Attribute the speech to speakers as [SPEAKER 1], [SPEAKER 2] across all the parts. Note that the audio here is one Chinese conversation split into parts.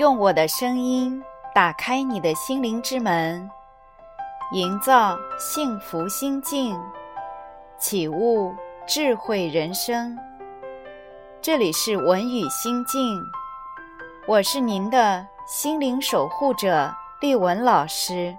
[SPEAKER 1] 用我的声音打开你的心灵之门，营造幸福心境，启悟智慧人生。这里是文语心境，我是您的心灵守护者丽文老师。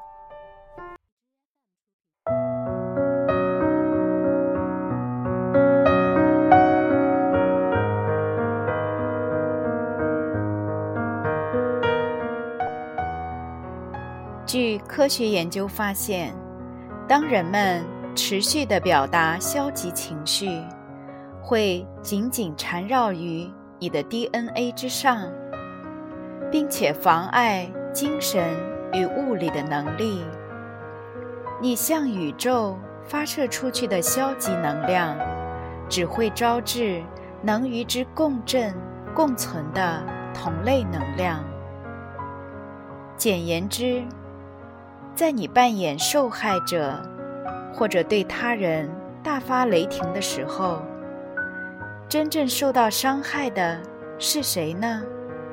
[SPEAKER 1] 据科学研究发现，当人们持续地表达消极情绪，会紧紧缠绕于你的 DNA 之上，并且妨碍精神与物理的能力。你向宇宙发射出去的消极能量，只会招致能与之共振共存的同类能量。简言之，在你扮演受害者，或者对他人大发雷霆的时候，真正受到伤害的是谁呢？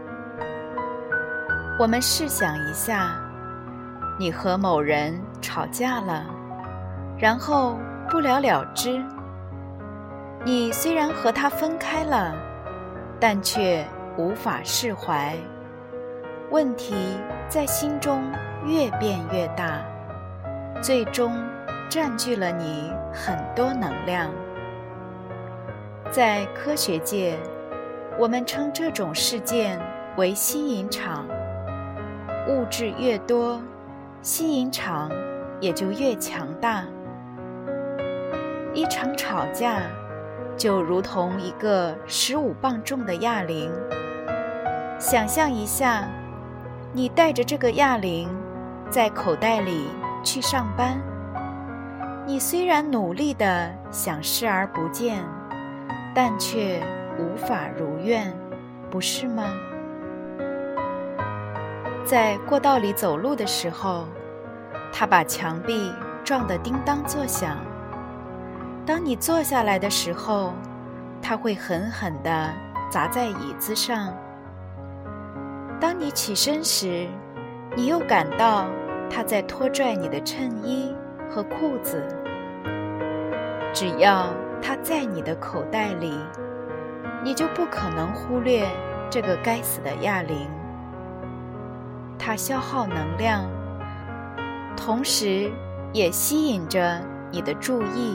[SPEAKER 1] 我们试想一下，你和某人吵架了，然后不了了之。你虽然和他分开了，但却无法释怀，问题在心中越变越大，最终占据了你很多能量。在科学界，我们称这种事件为吸引场。物质越多，吸引场也就越强大。一场吵架就如同一个15磅重的哑铃，想象一下，你带着这个哑铃在口袋里去上班，你虽然努力地想视而不见，但却无法如愿，不是吗？在过道里走路的时候，他把墙壁撞得叮当作响。当你坐下来的时候，他会狠狠地砸在椅子上。当你起身时，你又感到他在拖拽你的衬衣和裤子。只要他在你的口袋里，你就不可能忽略这个该死的哑铃。它消耗能量，同时也吸引着你的注意。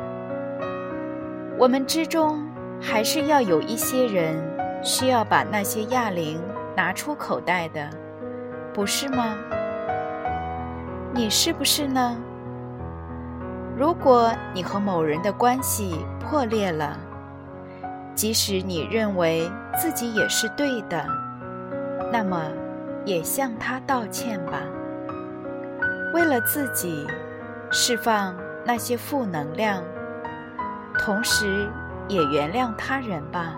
[SPEAKER 1] 我们之中还是要有一些人需要把那些哑铃拿出口袋的，不是吗？你是不是呢？如果你和某人的关系破裂了，即使你认为自己也是对的，那么也向他道歉吧。为了自己释放那些负能量，同时也原谅他人吧。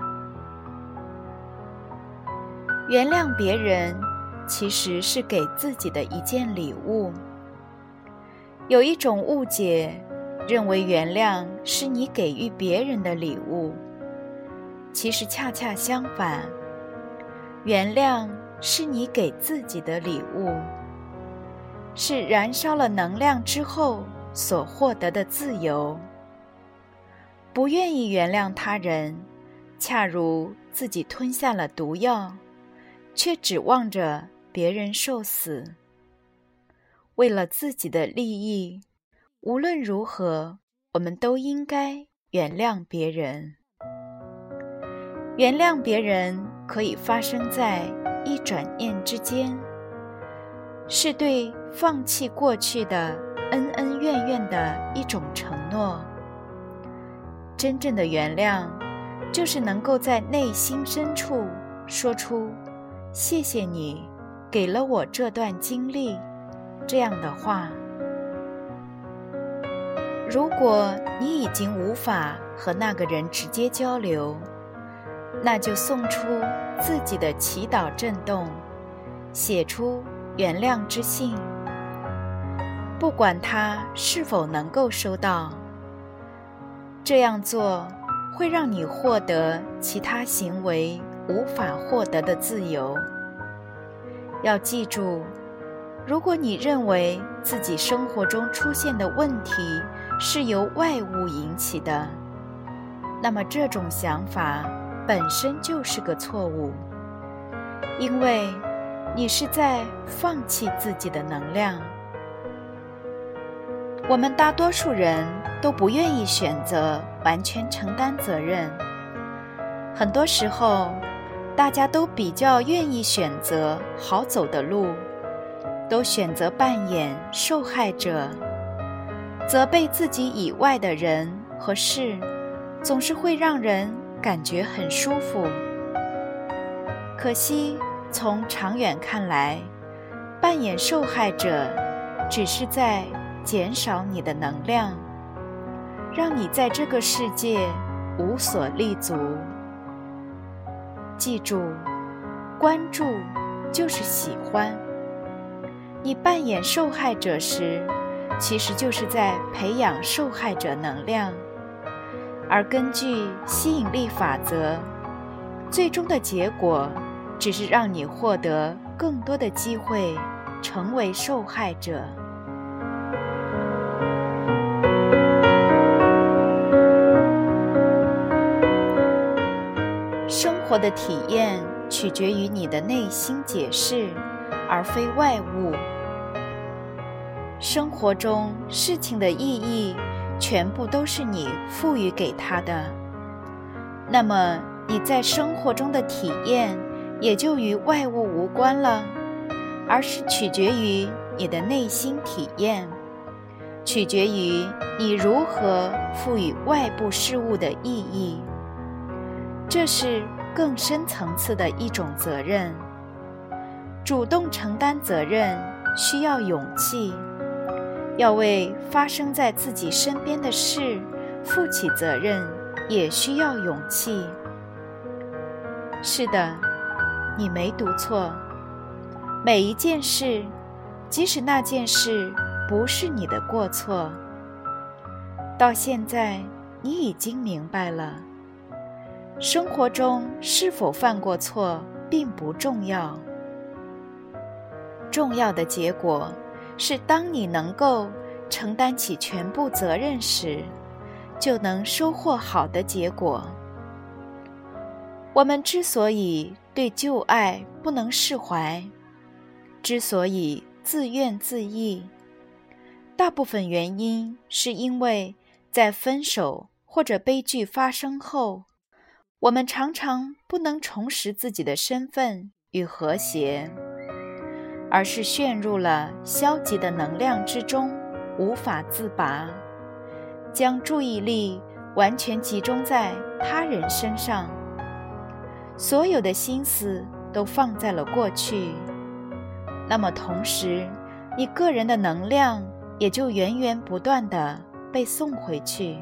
[SPEAKER 1] 原谅别人其实是给自己的一件礼物。有一种误解，认为原谅是你给予别人的礼物，其实恰恰相反，原谅是你给自己的礼物，是燃烧了能量之后所获得的自由。不愿意原谅他人，恰如自己吞下了毒药，却指望着别人受死。为了自己的利益，无论如何，我们都应该原谅别人。原谅别人可以发生在一转念之间，是对放弃过去的恩恩怨怨的一种承诺。真正的原谅，就是能够在内心深处说出“谢谢你给了我这段经历”这样的话。如果你已经无法和那个人直接交流，那就送出自己的祈祷震动，写出原谅之信。不管他是否能够收到，这样做会让你获得其他行为无法获得的自由。 要记住，如果你认为自己生活中出现的问题是由外物引起的，那么这种想法本身就是个错误，因为你是在放弃自己的能量。我们大多数人都不愿意选择完全承担责任，很多时候大家都比较愿意选择好走的路，都选择扮演受害者，责备自己以外的人和事，总是会让人感觉很舒服。可惜从长远看来，扮演受害者只是在减少你的能量，让你在这个世界无所立足。记住，关注就是喜欢。你扮演受害者时，其实就是在培养受害者能量，而根据吸引力法则，最终的结果只是让你获得更多的机会成为受害者。生活的体验取决于你的内心解释，而非外物。生活中事情的意义全部都是你赋予给它的，那么你在生活中的体验也就与外物无关了，而是取决于你的内心体验，取决于你如何赋予外部事物的意义。这是更深层次的一种责任。主动承担责任需要勇气，要为发生在自己身边的事负起责任也需要勇气。是的，你没读错，每一件事，即使那件事不是你的过错，到现在你已经明白了，生活中是否犯过错并不重要，重要的结果是当你能够承担起全部责任时，就能收获好的结果。我们之所以对旧爱不能释怀，之所以自怨自艾，大部分原因是因为在分手或者悲剧发生后，我们常常不能重拾自己的身份与和谐，而是陷入了消极的能量之中，无法自拔，将注意力完全集中在他人身上，所有的心思都放在了过去，那么同时你个人的能量也就源源不断地被送回去。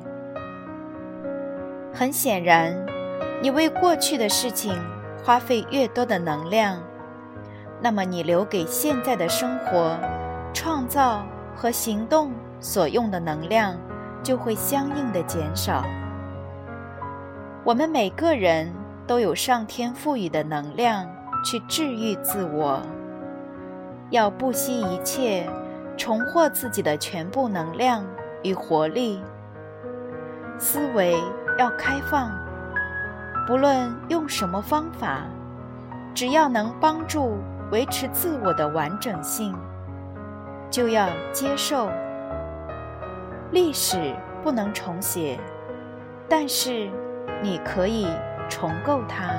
[SPEAKER 1] 很显然，你为过去的事情花费越多的能量，那么你留给现在的生活、创造和行动所用的能量就会相应的减少。我们每个人都有上天赋予的能量去治愈自我，要不惜一切重获自己的全部能量与活力。思维要开放，不论用什么方法，只要能帮助维持自我的完整性，就要接受。历史不能重写，但是你可以重构它。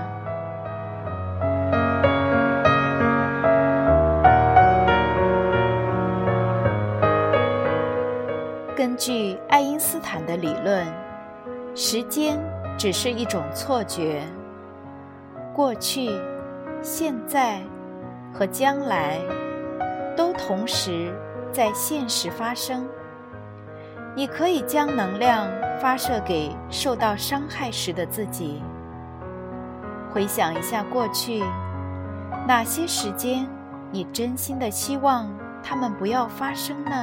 [SPEAKER 1] 根据爱因斯坦的理论，时间只是一种错觉，过去、现在和将来都同时在现实发生。你可以将能量发射给受到伤害时的自己。回想一下过去，哪些时间你真心的希望它们不要发生呢？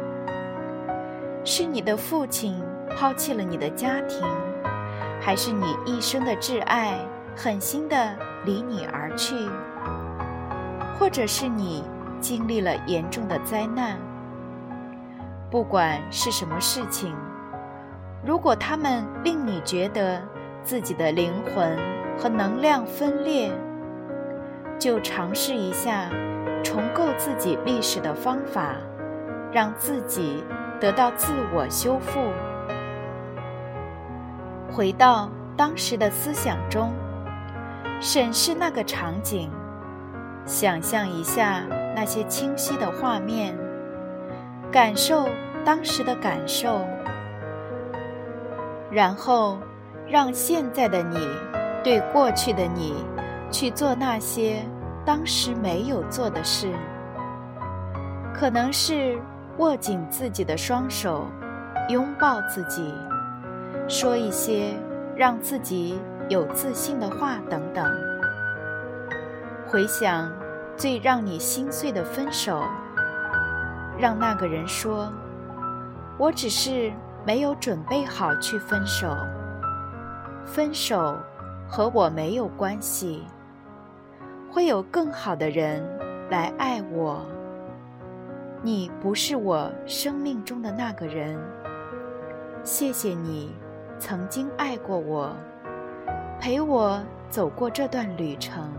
[SPEAKER 1] 是你的父亲抛弃了你的家庭，还是你一生的挚爱狠心地离你而去？ 或者是你经历了严重的灾难。不管是什么事情，如果它们令你觉得自己的灵魂和能量分裂，就尝试一下重构自己历史的方法，让自己得到自我修复。回到当时的思想中，审视那个场景，想象一下那些清晰的画面，感受当时的感受，然后让现在的你对过去的你去做那些当时没有做的事，可能是握紧自己的双手，拥抱自己，说一些让自己有自信的话等等。回想最让你心碎的分手，让那个人说：我只是没有准备好去分手，分手和我没有关系，会有更好的人来爱我。你不是我生命中的那个人，谢谢你曾经爱过我，陪我走过这段旅程。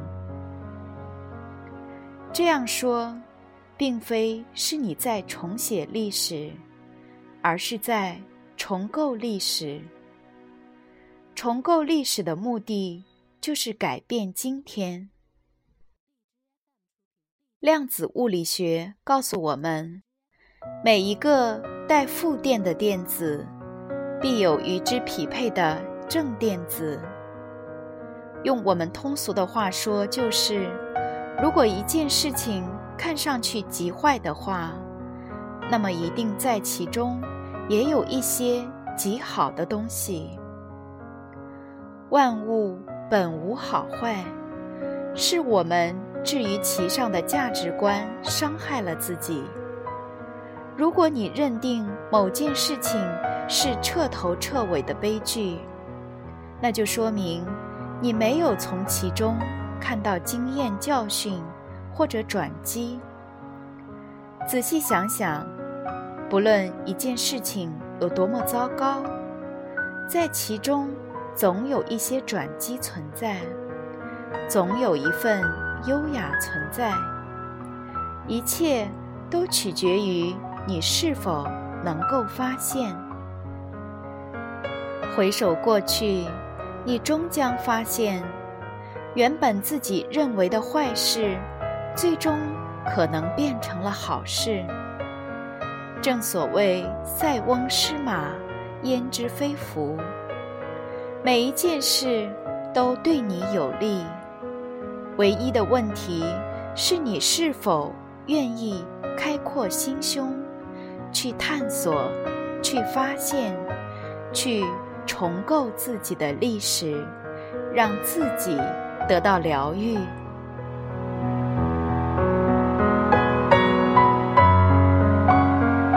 [SPEAKER 1] 这样说，并非是你在重写历史，而是在重构历史。重构历史的目的就是改变今天。量子物理学告诉我们，每一个带负电的电子必有与之匹配的正电子。用我们通俗的话说，就是如果一件事情看上去极坏的话，那么一定在其中也有一些极好的东西。万物本无好坏，是我们置于其上的价值观伤害了自己。如果你认定某件事情是彻头彻尾的悲剧，那就说明你没有从其中看到经验教训或者转机。仔细想想，不论一件事情有多么糟糕，在其中总有一些转机存在，总有一份优雅存在，一切都取决于你是否能够发现。回首过去，你终将发现，原本自己认为的坏事，最终可能变成了好事。正所谓塞翁失马，焉知非福。每一件事都对你有利，唯一的问题是你是否愿意开阔心胸，去探索，去发现，去重构自己的历史，让自己得到疗愈。